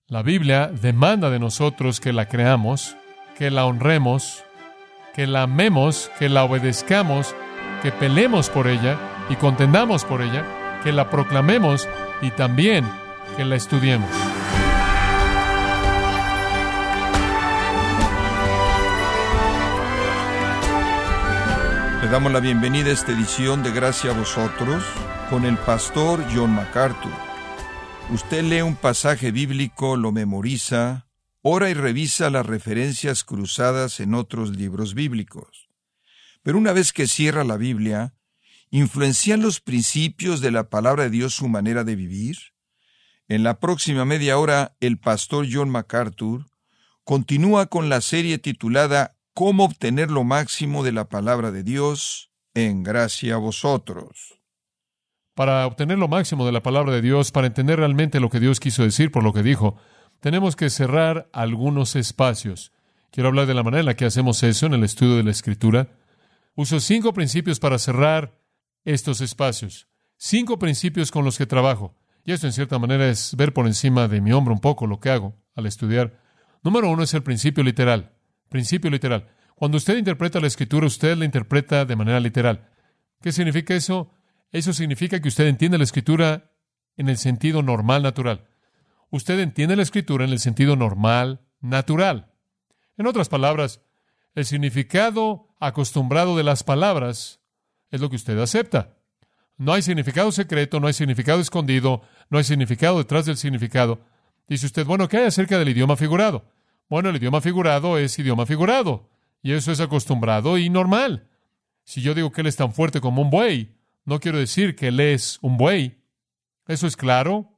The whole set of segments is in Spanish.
La Biblia demanda de nosotros que la creamos, que la honremos, que la amemos, que la obedezcamos, que peleemos por ella y contendamos por ella, que la proclamemos y también que la estudiemos. Le damos la bienvenida a esta edición de Gracia a Vosotros con el pastor John MacArthur. Usted lee un pasaje bíblico, lo memoriza, ora y revisa las referencias cruzadas en otros libros bíblicos. Pero una vez que cierra la Biblia, ¿influencian los principios de la palabra de Dios su manera de vivir? En la próxima media hora, el pastor John MacArthur continúa con la serie titulada ¿Cómo obtener lo máximo de la palabra de Dios en Gracia a Vosotros? Para obtener lo máximo de la palabra de Dios, para entender realmente lo que Dios quiso decir por lo que dijo, tenemos que cerrar algunos espacios. Quiero hablar de la manera en la que hacemos eso en el estudio de la Escritura. Uso 5 principios para cerrar estos espacios. 5 principios con los que trabajo. Y esto en cierta manera es ver por encima de mi hombro un poco lo que hago al estudiar. Número 1 es el principio literal. Principio literal. Cuando usted interpreta la Escritura, usted la interpreta de manera literal. ¿Qué significa eso? Eso significa que usted entiende la Escritura en el sentido normal, natural. Usted entiende la Escritura en el sentido normal, natural. En otras palabras, el significado acostumbrado de las palabras es lo que usted acepta. No hay significado secreto, no hay significado escondido, no hay significado detrás del significado. Dice usted, bueno, ¿qué hay acerca del idioma figurado? Bueno, el idioma figurado es idioma figurado, y eso es acostumbrado y normal. Si yo digo que él es tan fuerte como un buey, no quiero decir que él es un buey. ¿Eso es claro?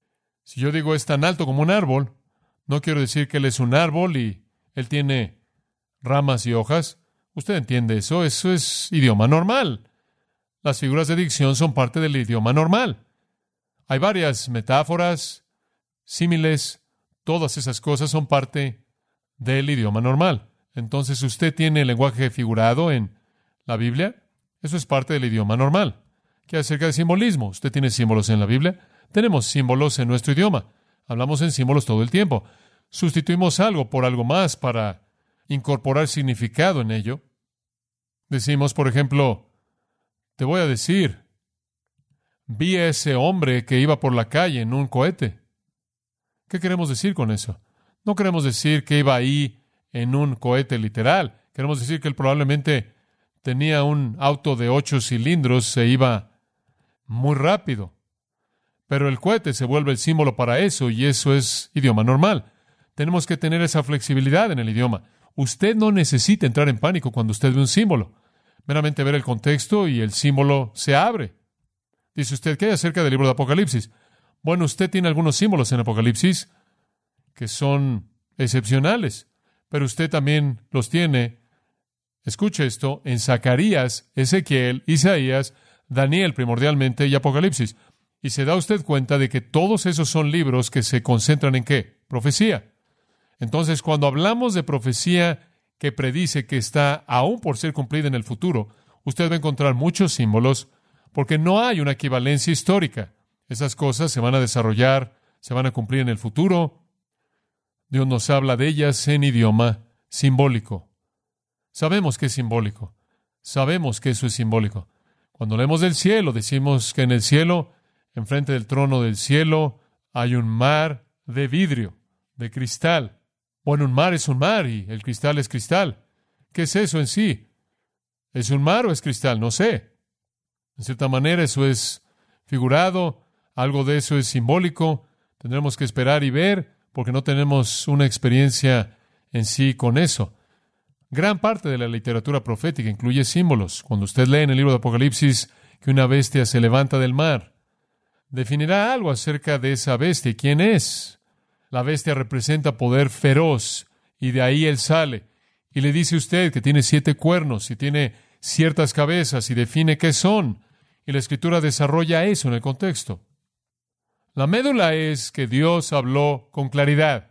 Si yo digo es tan alto como un árbol, no quiero decir que él es un árbol y él tiene ramas y hojas. Usted entiende eso, eso es idioma normal. Las figuras de dicción son parte del idioma normal. Hay varias metáforas, símiles, todas esas cosas son parte del idioma normal. Entonces, ¿usted tiene el lenguaje figurado en la Biblia? Eso es parte del idioma normal. ¿Qué acerca de simbolismo? ¿Usted tiene símbolos en la Biblia? Tenemos símbolos en nuestro idioma. Hablamos en símbolos todo el tiempo. Sustituimos algo por algo más para incorporar significado en ello. Decimos, por ejemplo, te voy a decir, vi a ese hombre que iba por la calle en un cohete. ¿Qué queremos decir con eso? No queremos decir que iba ahí en un cohete literal. Queremos decir que él probablemente tenía un auto de 8 cilindros, se iba muy rápido. Pero el cohete se vuelve el símbolo para eso, y eso es idioma normal. Tenemos que tener esa flexibilidad en el idioma. Usted no necesita entrar en pánico cuando usted ve un símbolo. Meramente ver el contexto y el símbolo se abre. Dice usted, ¿qué hay acerca del libro de Apocalipsis? Bueno, usted tiene algunos símbolos en Apocalipsis que son excepcionales, pero usted también los tiene, escuche esto, en Zacarías, Ezequiel, Isaías, Daniel primordialmente y Apocalipsis. Y se da usted cuenta de que todos esos son libros que se concentran en ¿qué? Profecía. Entonces, cuando hablamos de profecía que predice que está aún por ser cumplida en el futuro, usted va a encontrar muchos símbolos porque no hay una equivalencia histórica. Esas cosas se van a desarrollar, se van a cumplir en el futuro. Dios nos habla de ellas en idioma simbólico. Sabemos que es simbólico. Sabemos que eso es simbólico. Cuando leemos del cielo, decimos que en el cielo, enfrente del trono del cielo, hay un mar de vidrio, de cristal. Bueno, un mar es un mar y el cristal es cristal. ¿Qué es eso en sí? ¿Es un mar o es cristal? No sé. En cierta manera eso es figurado. Algo de eso es simbólico. Tendremos que esperar y ver, porque no tenemos una experiencia en sí con eso. Gran parte de la literatura profética incluye símbolos. Cuando usted lee en el libro de Apocalipsis que una bestia se levanta del mar, definirá algo acerca de esa bestia. ¿Quién es? La bestia representa poder feroz, y de ahí él sale. Y le dice a usted que tiene 7 cuernos, y tiene ciertas cabezas, y define qué son. Y la Escritura desarrolla eso en el contexto. La médula es que Dios habló con claridad.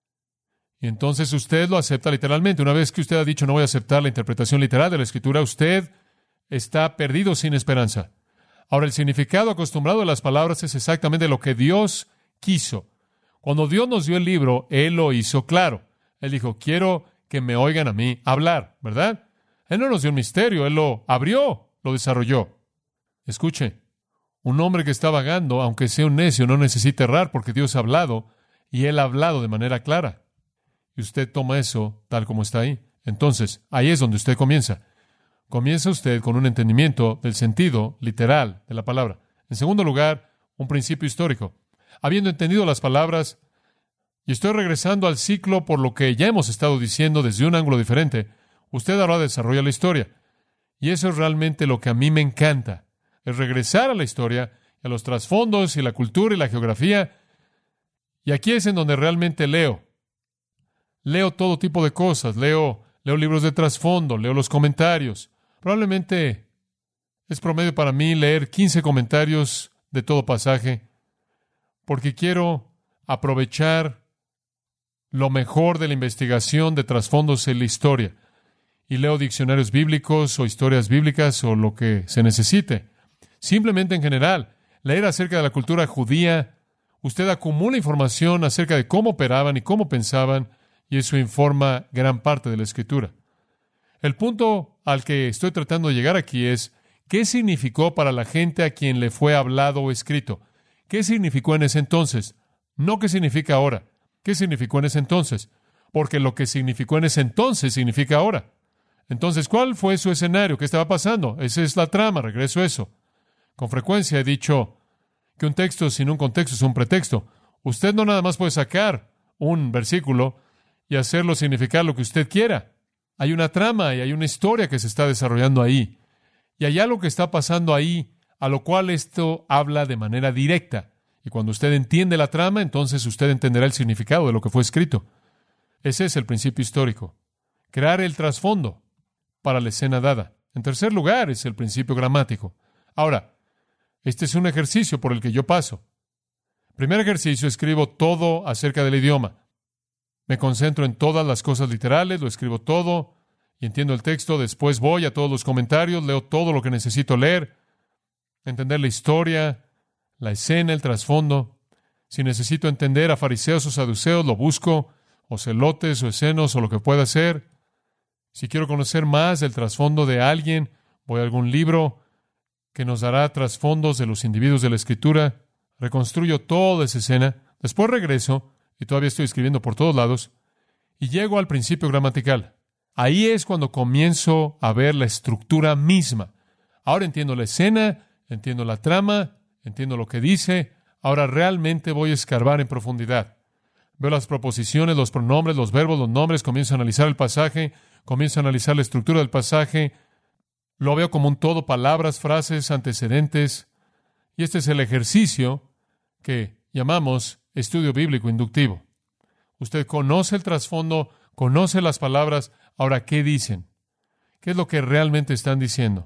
Y entonces usted lo acepta literalmente. Una vez que usted ha dicho no voy a aceptar la interpretación literal de la Escritura, usted está perdido sin esperanza. Ahora, el significado acostumbrado de las palabras es exactamente lo que Dios quiso. Cuando Dios nos dio el libro, Él lo hizo claro. Él dijo, quiero que me oigan a mí hablar, ¿verdad? Él no nos dio un misterio, Él lo abrió, lo desarrolló. Escuche, un hombre que está vagando, aunque sea un necio, no necesita errar porque Dios ha hablado y Él ha hablado de manera clara. Y usted toma eso tal como está ahí. Entonces, ahí es donde usted comienza. Comienza usted con un entendimiento del sentido literal de la palabra. En segundo lugar, un principio histórico. Habiendo entendido las palabras, y estoy regresando al ciclo por lo que ya hemos estado diciendo desde un ángulo diferente, usted ahora desarrolla la historia. Y eso es realmente lo que a mí me encanta. Es regresar a la historia, a los trasfondos y la cultura y la geografía. Y aquí es en donde realmente leo. Leo todo tipo de cosas. Leo libros de trasfondo, leo los comentarios. Probablemente es promedio para mí leer 15 comentarios de todo pasaje, porque quiero aprovechar lo mejor de la investigación de trasfondos en la historia. Y leo diccionarios bíblicos o historias bíblicas o lo que se necesite. Simplemente en general, leer acerca de la cultura judía, usted acumula información acerca de cómo operaban y cómo pensaban, y eso informa gran parte de la Escritura. El punto al que estoy tratando de llegar aquí es, ¿qué significó para la gente a quien le fue hablado o escrito? ¿Qué significó en ese entonces? No qué significa ahora. ¿Qué significó en ese entonces? Porque lo que significó en ese entonces significa ahora. Entonces, ¿cuál fue su escenario? ¿Qué estaba pasando? Esa es la trama, regreso a eso. Con frecuencia he dicho que un texto sin un contexto es un pretexto. Usted no nada más puede sacar un versículo y hacerlo significar lo que usted quiera. Hay una trama y hay una historia que se está desarrollando ahí. Y hay algo que está pasando ahí, a lo cual esto habla de manera directa. Y cuando usted entiende la trama, entonces usted entenderá el significado de lo que fue escrito. Ese es el principio histórico. Crear el trasfondo para la escena dada. En tercer lugar, es el principio gramático. Ahora, este es un ejercicio por el que yo paso. Primer ejercicio, escribo todo acerca del idioma. Me concentro en todas las cosas literales, lo escribo todo y entiendo el texto. Después voy a todos los comentarios, leo todo lo que necesito leer, entender la historia, la escena, el trasfondo. Si necesito entender a fariseos o saduceos, lo busco, o celotes o escenos o lo que pueda ser. Si quiero conocer más del trasfondo de alguien, voy a algún libro que nos dará trasfondos de los individuos de la Escritura. Reconstruyo toda esa escena. Después regreso, y todavía estoy escribiendo por todos lados, y llego al principio gramatical. Ahí es cuando comienzo a ver la estructura misma. Ahora entiendo la escena, entiendo la trama, entiendo lo que dice. Ahora realmente voy a escarbar en profundidad. Veo las proposiciones, los pronombres, los verbos, los nombres, comienzo a analizar el pasaje, comienzo a analizar la estructura del pasaje. Lo veo como un todo, palabras, frases, antecedentes. Y este es el ejercicio que llamamos estudio bíblico inductivo. Usted conoce el trasfondo, conoce las palabras. Ahora, ¿qué dicen? ¿Qué es lo que realmente están diciendo?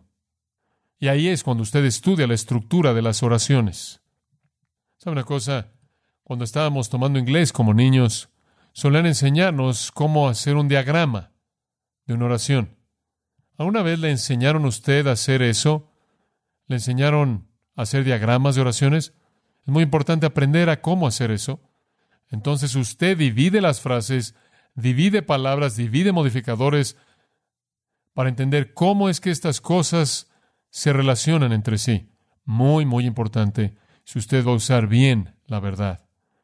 Y ahí es cuando usted estudia la estructura de las oraciones. ¿Sabe una cosa? Cuando estábamos tomando inglés como niños, solían enseñarnos cómo hacer un diagrama de una oración. ¿Alguna vez le enseñaron a usted a hacer eso? ¿Le enseñaron a hacer diagramas de oraciones? Es muy importante aprender a cómo hacer eso. Entonces usted divide las frases, divide palabras, divide modificadores para entender cómo es que estas cosas se relacionan entre sí. Muy, muy importante si usted va a usar bien la verdad.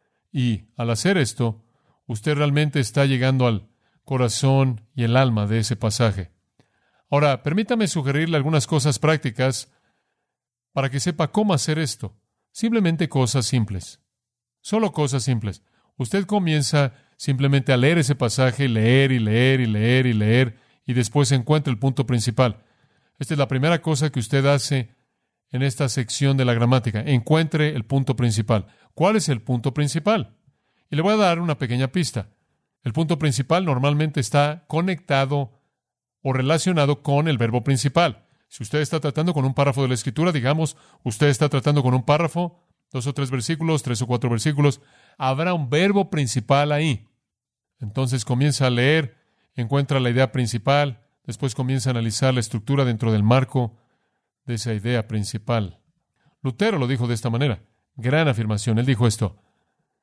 Y al hacer esto, usted realmente está llegando al corazón y el alma de ese pasaje. Ahora, permítame sugerirle algunas cosas prácticas para que sepa cómo hacer esto. Simplemente cosas simples. Solo cosas simples. Usted comienza simplemente a leer ese pasaje, leer y leer y leer y leer, y después encuentra el punto principal. Esta es la primera cosa que usted hace en esta sección de la gramática. Encuentre el punto principal. ¿Cuál es el punto principal? Y le voy a dar una pequeña pista. El punto principal normalmente está conectado o relacionado con el verbo principal. Si usted está tratando con un párrafo de la Escritura, digamos, usted está tratando con un párrafo, 2 o 3 versículos, 3 o 4 versículos, habrá un verbo principal ahí. Entonces comienza a leer, encuentra la idea principal, después comienza a analizar la estructura dentro del marco de esa idea principal. Lutero lo dijo de esta manera. Gran afirmación. Él dijo esto: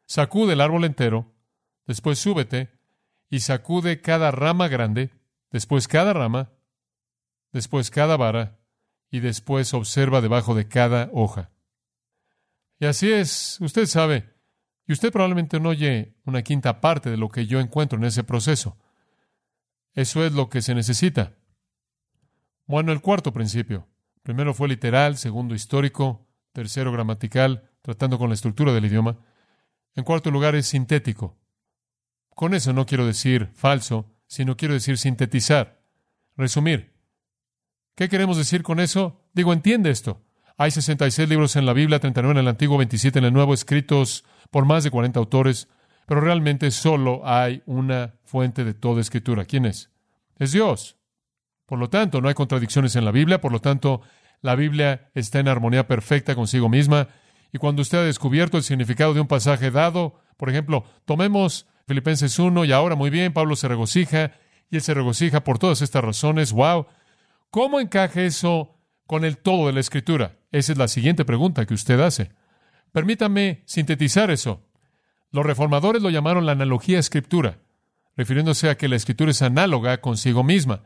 sacude el árbol entero, después súbete y sacude cada rama grande, después cada rama, después cada vara, y después observa debajo de cada hoja. Y así es, usted sabe, y usted probablemente no oye una quinta parte de lo que yo encuentro en ese proceso. Eso es lo que se necesita. Bueno, el cuarto principio. Primero fue literal, segundo histórico, tercero gramatical, tratando con la estructura del idioma. En cuarto lugar es sintético. Con eso no quiero decir falso, sino quiero decir sintetizar, resumir. ¿Qué queremos decir con eso? Digo, entiende esto. Hay 66 libros en la Biblia, 39 en el Antiguo, 27 en el Nuevo, escritos por más de 40 autores, pero realmente solo hay una fuente de toda escritura. ¿Quién es? Es Dios. Por lo tanto, no hay contradicciones en la Biblia, por lo tanto, la Biblia está en armonía perfecta consigo misma, y cuando usted ha descubierto el significado de un pasaje dado, por ejemplo, tomemos Filipenses 1, y ahora muy bien, Pablo se regocija, y él se regocija por todas estas razones. ¡Wow! ¿Cómo encaja eso con el todo de la Escritura? Esa es la siguiente pregunta que usted hace. Permítame sintetizar eso. Los reformadores lo llamaron la analogía Escritura, refiriéndose a que la Escritura es análoga consigo misma.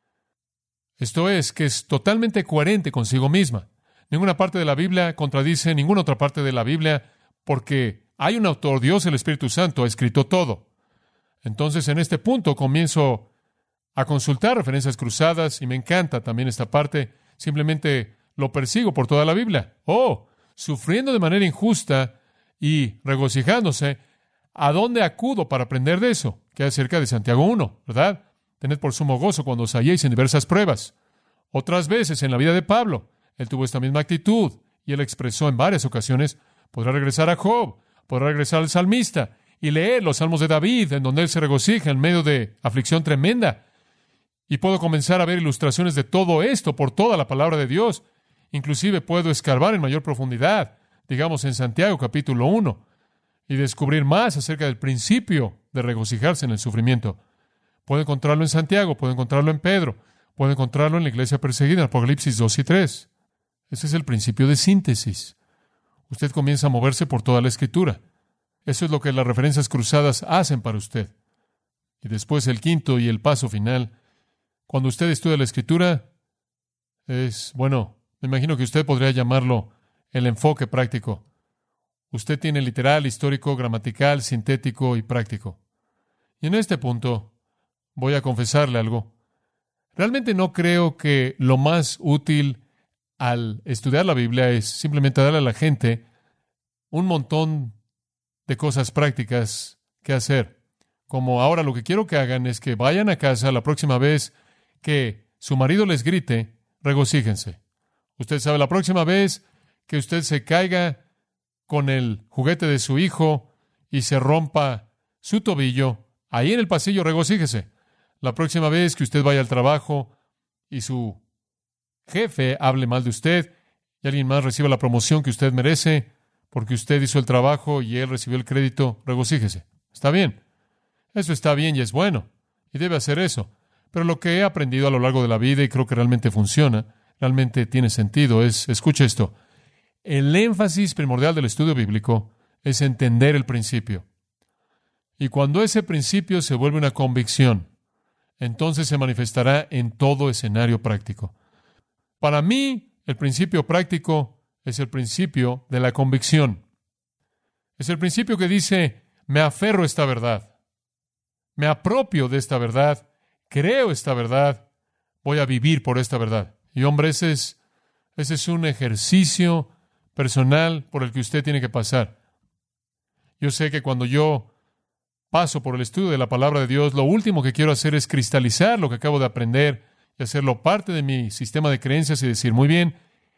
Esto es, que es totalmente coherente consigo misma. Ninguna parte de la Biblia contradice ninguna otra parte de la Biblia, porque hay un autor, Dios el Espíritu Santo, ha escrito todo. Entonces, en este punto comienzo a consultar referencias cruzadas, y me encanta también esta parte. Simplemente lo persigo por toda la Biblia. Sufriendo de manera injusta y regocijándose, ¿a dónde acudo para aprender de eso? Queda cerca de Santiago 1, ¿verdad? Tened por sumo gozo cuando os halléis en diversas pruebas. Otras veces en la vida de Pablo, él tuvo esta misma actitud, y él expresó en varias ocasiones, podrá regresar a Job, podrá regresar al salmista, y leer los salmos de David, en donde él se regocija en medio de aflicción tremenda. Y puedo comenzar a ver ilustraciones de todo esto por toda la palabra de Dios. Inclusive puedo escarbar en mayor profundidad, digamos en Santiago capítulo 1, y descubrir más acerca del principio de regocijarse en el sufrimiento. Puedo encontrarlo en Santiago, puedo encontrarlo en Pedro, puedo encontrarlo en la iglesia perseguida, en Apocalipsis 2 y 3. Ese es el principio de síntesis. Usted comienza a moverse por toda la Escritura. Eso es lo que las referencias cruzadas hacen para usted. Y después el quinto y el paso final. Cuando usted estudia la Escritura, me imagino que usted podría llamarlo el enfoque práctico. Usted tiene literal, histórico, gramatical, sintético y práctico. Y en este punto voy a confesarle algo. Realmente no creo que lo más útil al estudiar la Biblia es simplemente darle a la gente un montón de cosas prácticas que hacer. Como ahora lo que quiero que hagan es que vayan a casa la próxima vez que su marido les grite, regocíjense. Usted sabe, la próxima vez que usted se caiga con el juguete de su hijo y se rompa su tobillo, ahí en el pasillo regocíjese. La próxima vez que usted vaya al trabajo y su jefe hable mal de usted y alguien más reciba la promoción que usted merece porque usted hizo el trabajo y él recibió el crédito, regocíjese. Está bien. Eso está bien y es bueno. Y debe hacer eso. Pero lo que he aprendido a lo largo de la vida, y creo que realmente funciona, realmente tiene sentido, escuche esto, el énfasis primordial del estudio bíblico es entender el principio. Y cuando ese principio se vuelve una convicción, entonces se manifestará en todo escenario práctico. Para mí, el principio práctico es el principio de la convicción. Es el principio que dice, me aferro a esta verdad, me apropio de esta verdad, creo esta verdad, voy a vivir por esta verdad. Y hombre, ese es un ejercicio personal por el que usted tiene que pasar. Yo sé que cuando yo paso por el estudio de la palabra de Dios, lo último que quiero hacer es cristalizar lo que acabo de aprender y hacerlo parte de mi sistema de creencias y decir, muy bien,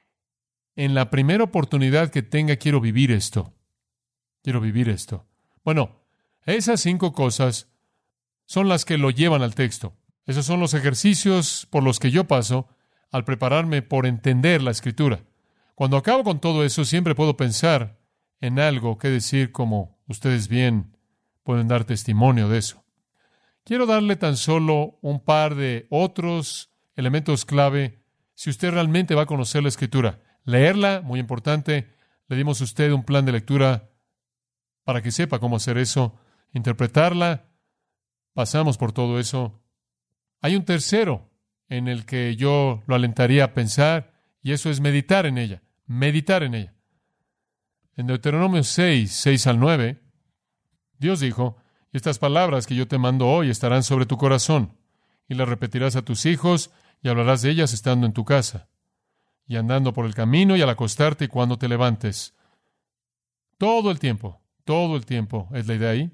en la primera oportunidad que tenga quiero vivir esto. Quiero vivir esto. Bueno, esas 5 cosas son las que lo llevan al texto. Esos son los ejercicios por los que yo paso al prepararme por entender la Escritura. Cuando acabo con todo eso, siempre puedo pensar en algo que decir, como ustedes bien pueden dar testimonio de eso. Quiero darle tan solo un par de otros elementos clave si usted realmente va a conocer la Escritura. Leerla, muy importante. Le dimos a usted un plan de lectura para que sepa cómo hacer eso, interpretarla. Pasamos por todo eso. Hay un tercero en el que yo lo alentaría a pensar, y eso es meditar en ella. Meditar en ella. En Deuteronomio 6 al 9, Dios dijo: "Y estas palabras que yo te mando hoy estarán sobre tu corazón, y las repetirás a tus hijos, y hablarás de ellas estando en tu casa, y andando por el camino, y al acostarte y cuando te levantes." Todo el tiempo es la idea ahí.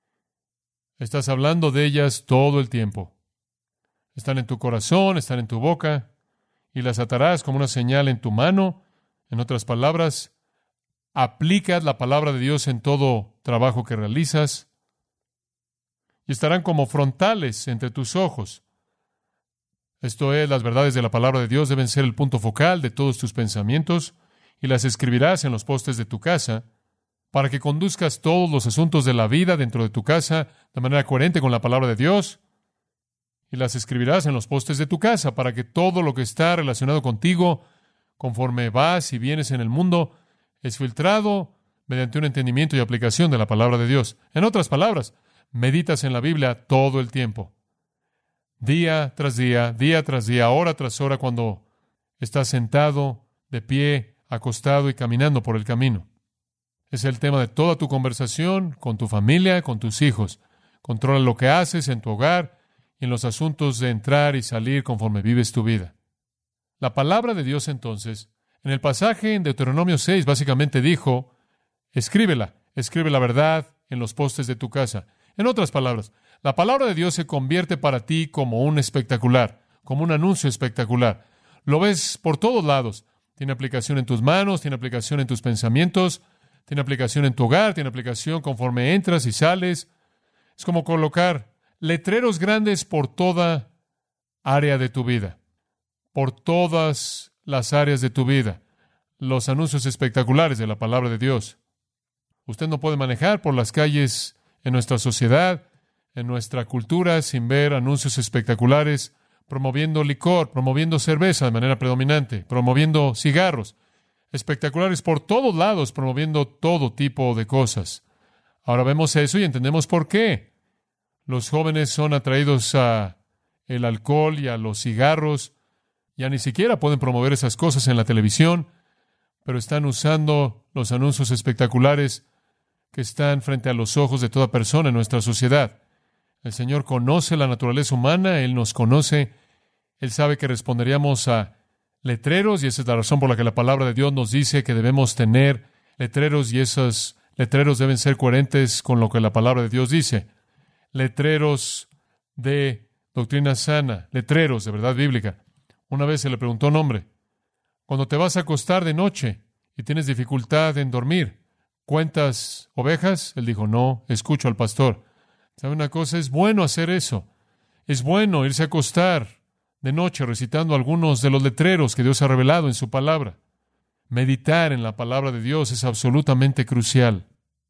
Estás hablando de ellas todo el tiempo. Están en tu corazón, están en tu boca, y las atarás como una señal en tu mano. En otras palabras, aplicas la palabra de Dios en todo trabajo que realizas, y estarán como frontales entre tus ojos. Esto es, las verdades de la palabra de Dios deben ser el punto focal de todos tus pensamientos, y las escribirás en los postes de tu casa, para que conduzcas todos los asuntos de la vida dentro de tu casa de manera coherente con la palabra de Dios. Y las escribirás en los postes de tu casa, para que todo lo que está relacionado contigo, conforme vas y vienes en el mundo, es filtrado mediante un entendimiento y aplicación de la palabra de Dios. En otras palabras, meditas en la Biblia todo el tiempo. Día tras día, hora tras hora, cuando estás sentado, de pie, acostado y caminando por el camino. Es el tema de toda tu conversación con tu familia, con tus hijos. Controla lo que haces en tu hogar y en los asuntos de entrar y salir conforme vives tu vida. La palabra de Dios, entonces, en el pasaje en Deuteronomio 6, básicamente dijo: escribe la verdad en los postes de tu casa. En otras palabras, la palabra de Dios se convierte para ti como un espectacular, como un anuncio espectacular. Lo ves por todos lados. Tiene aplicación en tus manos, tiene aplicación en tus pensamientos, tiene aplicación en tu hogar, tiene aplicación conforme entras y sales. Es como colocar letreros grandes por toda área de tu vida, por todas las áreas de tu vida. Los anuncios espectaculares de la palabra de Dios. Usted no puede manejar por las calles en nuestra sociedad, en nuestra cultura, sin ver anuncios espectaculares promoviendo licor, promoviendo cerveza de manera predominante, promoviendo cigarros, espectaculares por todos lados, promoviendo todo tipo de cosas. Ahora vemos eso y entendemos por qué. Los jóvenes son atraídos a el alcohol y a los cigarros. Ya ni siquiera pueden promover esas cosas en la televisión, pero están usando los anuncios espectaculares que están frente a los ojos de toda persona en nuestra sociedad. El Señor conoce la naturaleza humana, Él nos conoce, Él sabe que responderíamos a letreros, y esa es la razón por la que la palabra de Dios nos dice que debemos tener letreros, y esos letreros deben ser coherentes con lo que la palabra de Dios dice. Letreros de doctrina sana, letreros de verdad bíblica. Una vez se le preguntó a un hombre: cuando te vas a acostar de noche y tienes dificultad en dormir, ¿cuentas ovejas? Él dijo: no, escucho al pastor. ¿Sabe una cosa? Es bueno hacer eso. Es bueno irse a acostar de noche recitando algunos de los letreros que Dios ha revelado en su palabra. Meditar en la palabra de Dios es absolutamente crucial.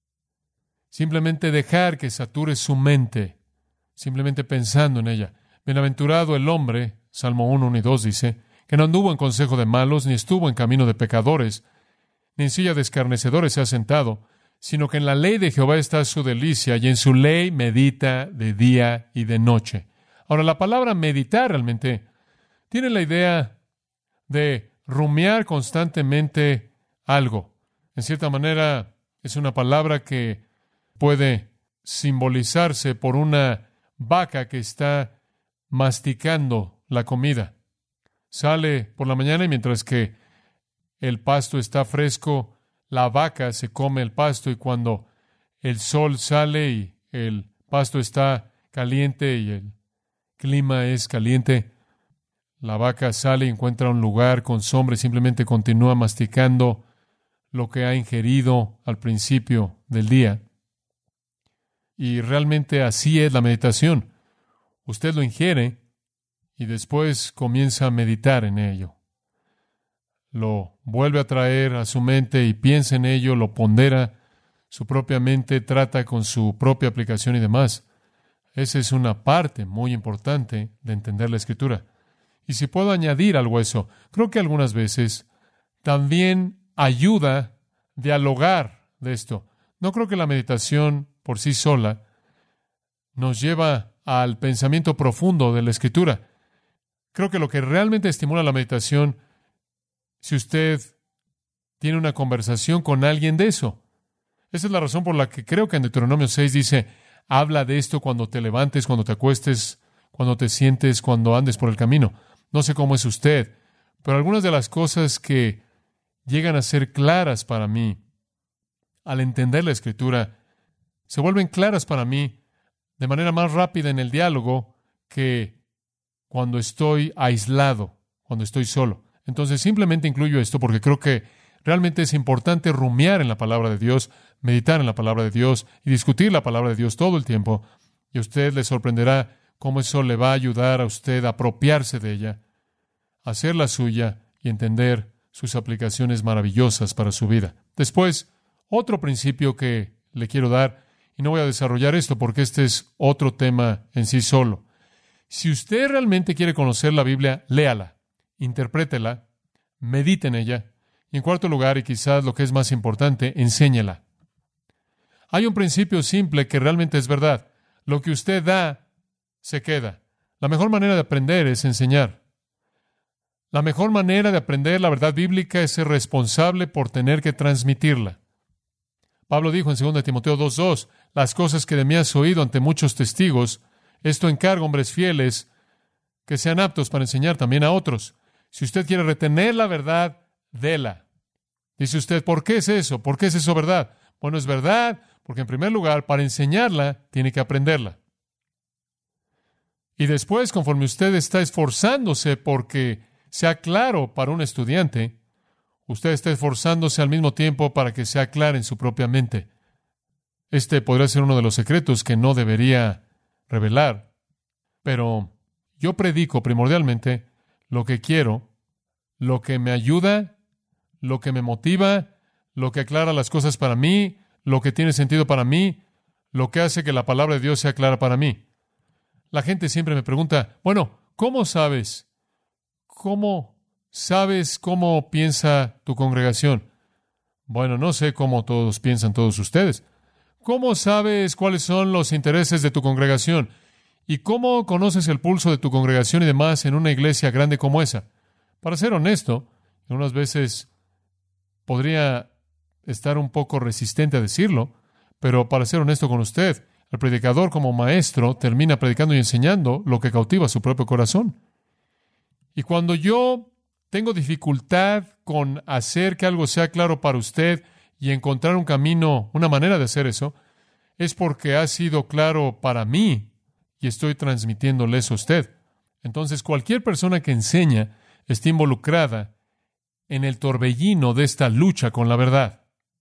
Simplemente dejar que sature su mente, simplemente pensando en ella. Bienaventurado el hombre, Salmo 1, 1 y 2 dice, que no anduvo en consejo de malos, ni estuvo en camino de pecadores, ni en silla de escarnecedores se ha sentado, sino que en la ley de Jehová está su delicia, y en su ley medita de día y de noche. Ahora, la palabra meditar realmente tiene la idea de rumiar constantemente algo. En cierta manera, es una palabra que puede simbolizarse por una vaca que está masticando la comida. Sale por la mañana y mientras que el pasto está fresco, la vaca se come el pasto, y cuando el sol sale y el pasto está caliente y el clima es caliente, la vaca sale y encuentra un lugar con sombra y simplemente continúa masticando lo que ha ingerido al principio del día. Y realmente así es la meditación. Usted lo ingiere y después comienza a meditar en ello. Lo vuelve a traer a su mente y piensa en ello, lo pondera, su propia mente trata con su propia aplicación y demás. Esa es una parte muy importante de entender la Escritura. Y si puedo añadir algo a eso, creo que algunas veces también ayuda a dialogar de esto. No creo que la meditación por sí sola nos lleva al pensamiento profundo de la Escritura. Creo que lo que realmente estimula la meditación, si usted tiene una conversación con alguien de eso. Esa es la razón por la que creo que en Deuteronomio 6 dice, habla de esto cuando te levantes, cuando te acuestes, cuando te sientes, cuando andes por el camino. No sé cómo es usted, pero algunas de las cosas que llegan a ser claras para mí, al entender la Escritura, se vuelven claras para mí de manera más rápida en el diálogo que cuando estoy aislado, cuando estoy solo. Entonces simplemente incluyo esto porque creo que realmente es importante rumiar en la palabra de Dios, meditar en la palabra de Dios y discutir la palabra de Dios todo el tiempo. Y a usted le sorprenderá cómo eso le va a ayudar a usted a apropiarse de ella, a hacerla suya y entender sus aplicaciones maravillosas para su vida. Después, otro principio que le quiero dar, y no voy a desarrollar esto porque este es otro tema en sí solo. Si usted realmente quiere conocer la Biblia, léala, interprétela, medite en ella, y en cuarto lugar, y quizás lo que es más importante, enséñela. Hay un principio simple que realmente es verdad. Lo que usted da, se queda. La mejor manera de aprender es enseñar. La mejor manera de aprender la verdad bíblica es ser responsable por tener que transmitirla. Pablo dijo en 2 Timoteo 2:2, las cosas que de mí has oído ante muchos testigos, esto encargo a hombres fieles que sean aptos para enseñar también a otros. Si usted quiere retener la verdad, déla. Dice usted, ¿por qué es eso? ¿Por qué es eso verdad? Bueno, es verdad porque en primer lugar, para enseñarla, tiene que aprenderla. Y después, conforme usted está esforzándose porque sea claro para un estudiante, usted está esforzándose al mismo tiempo para que sea clara en su propia mente. Este podría ser uno de los secretos que no debería revelar. Pero yo predico primordialmente lo que quiero, lo que me ayuda, lo que me motiva, lo que aclara las cosas para mí, lo que tiene sentido para mí, lo que hace que la palabra de Dios sea clara para mí. La gente siempre me pregunta, bueno, ¿cómo sabes? ¿Cómo sabes cómo piensa tu congregación? Bueno, no sé cómo todos piensan todos ustedes. ¿Cómo sabes cuáles son los intereses de tu congregación? ¿Y cómo conoces el pulso de tu congregación y demás en una iglesia grande como esa? Para ser honesto, unas veces podría estar un poco resistente a decirlo, pero para ser honesto con usted, el predicador como maestro termina predicando y enseñando lo que cautiva su propio corazón. Y cuando yo tengo dificultad con hacer que algo sea claro para usted y encontrar un camino, una manera de hacer eso, es porque ha sido claro para mí y estoy transmitiéndole eso a usted. Entonces, cualquier persona que enseña está involucrada en el torbellino de esta lucha con la verdad.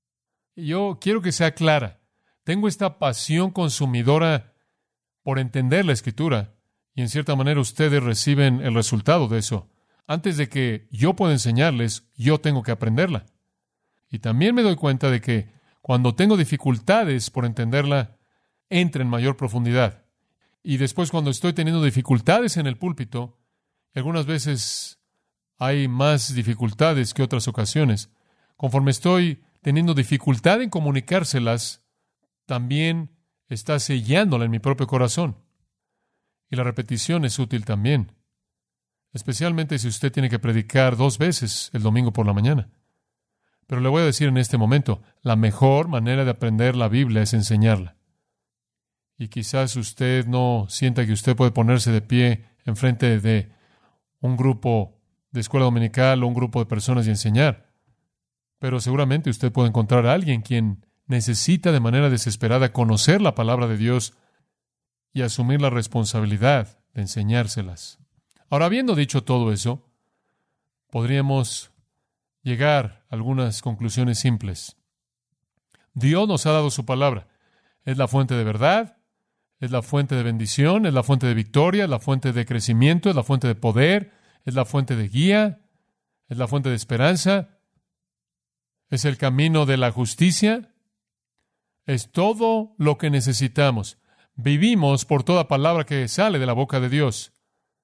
Y yo quiero que sea clara. Tengo esta pasión consumidora por entender la Escritura, y en cierta manera ustedes reciben el resultado de eso. Antes de que yo pueda enseñarles, yo tengo que aprenderla. Y también me doy cuenta de que cuando tengo dificultades por entenderla, entra en mayor profundidad. Y después cuando estoy teniendo dificultades en el púlpito, algunas veces hay más dificultades que otras ocasiones. Conforme estoy teniendo dificultad en comunicárselas, también está sellándola en mi propio corazón. Y la repetición es útil también, especialmente si usted tiene que predicar 2 veces el domingo por la mañana. Pero le voy a decir en este momento, la mejor manera de aprender la Biblia es enseñarla. Y quizás usted no sienta que usted puede ponerse de pie enfrente de un grupo de escuela dominical o un grupo de personas y enseñar. Pero seguramente usted puede encontrar a alguien quien necesita de manera desesperada conocer la palabra de Dios y asumir la responsabilidad de enseñárselas. Ahora, habiendo dicho todo eso, podríamos llegar a algunas conclusiones simples. Dios nos ha dado su palabra. Es la fuente de verdad, es la fuente de bendición, es la fuente de victoria, es la fuente de crecimiento, es la fuente de poder, es la fuente de guía, es la fuente de esperanza, es el camino de la justicia, es todo lo que necesitamos. Vivimos por toda palabra que sale de la boca de Dios.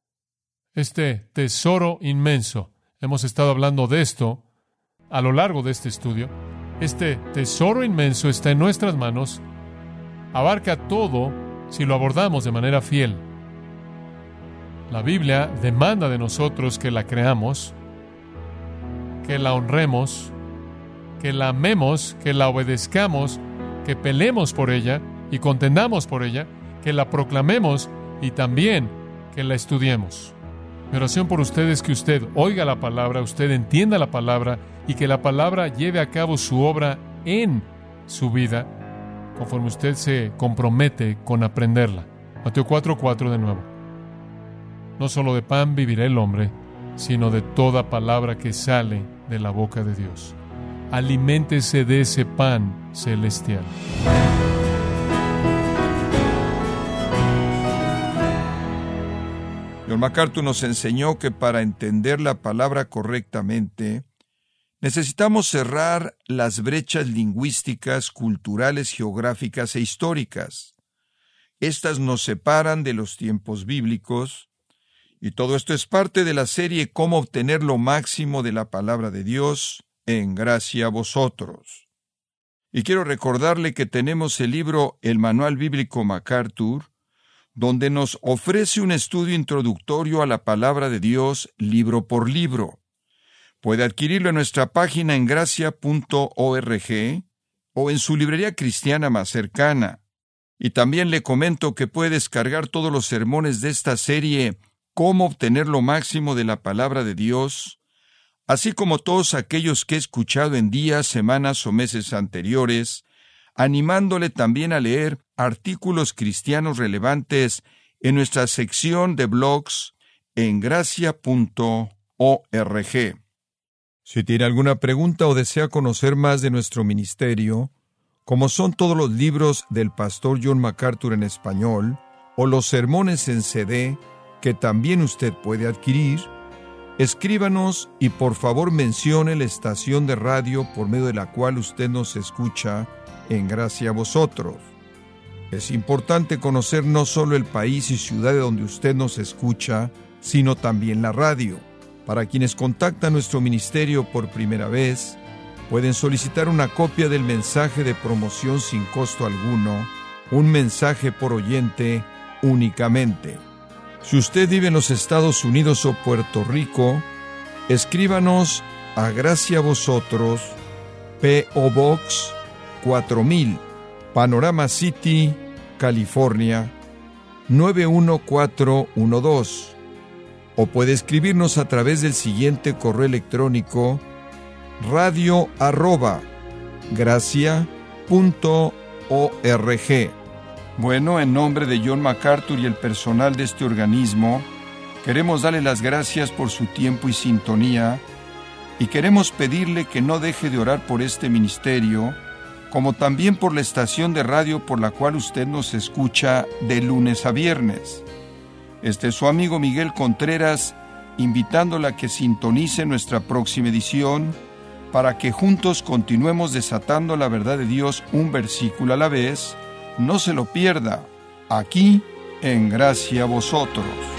Este tesoro inmenso. Hemos estado hablando de esto a lo largo de este estudio. Este tesoro inmenso está en nuestras manos, abarca todo si lo abordamos de manera fiel. La Biblia demanda de nosotros que la creamos, que la honremos, que la amemos, que la obedezcamos, que peleemos por ella y contendamos por ella, que la proclamemos y también que la estudiemos. Mi oración por usted es que usted oiga la palabra, usted entienda la palabra y que la palabra lleve a cabo su obra en su vida conforme usted se compromete con aprenderla. Mateo 4:4 de nuevo. No solo de pan vivirá el hombre, sino de toda palabra que sale de la boca de Dios. Aliméntese de ese pan celestial. John MacArthur nos enseñó que para entender la palabra correctamente, necesitamos cerrar las brechas lingüísticas, culturales, geográficas e históricas. Estas nos separan de los tiempos bíblicos, y todo esto es parte de la serie Cómo obtener lo máximo de la palabra de Dios en gracia a vosotros. Y quiero recordarle que tenemos el libro El Manual Bíblico MacArthur, donde nos ofrece un estudio introductorio a la palabra de Dios libro por libro. Puede adquirirlo en nuestra página en gracia.org o en su librería cristiana más cercana. Y también le comento que puede descargar todos los sermones de esta serie Cómo obtener lo máximo de la palabra de Dios, así como todos aquellos que he escuchado en días, semanas o meses anteriores, animándole también a leer artículos cristianos relevantes en nuestra sección de blogs en gracia.org. Si tiene alguna pregunta o desea conocer más de nuestro ministerio, como son todos los libros del pastor John MacArthur en español, o los sermones en CD, que también usted puede adquirir, escríbanos y por favor mencione la estación de radio por medio de la cual usted nos escucha en gracia a vosotros. Es importante conocer no solo el país y ciudad de donde usted nos escucha, sino también la radio. Para quienes contactan nuestro ministerio por primera vez, pueden solicitar una copia del mensaje de promoción sin costo alguno, un mensaje por oyente únicamente. Si usted vive en los Estados Unidos o Puerto Rico, escríbanos a Gracia a Vosotros, P.O. Box 4000, Panorama City, California, 91412. O puede escribirnos a través del siguiente correo electrónico: radio@gracia.org. Bueno, en nombre de John MacArthur y el personal de este organismo, queremos darle las gracias por su tiempo y sintonía, y queremos pedirle que no deje de orar por este ministerio, como también por la estación de radio por la cual usted nos escucha de lunes a viernes. Este es su amigo Miguel Contreras, invitándola a que sintonice nuestra próxima edición, para que juntos continuemos desatando la verdad de Dios un versículo a la vez. No se lo pierda, aquí en Gracia a Vosotros.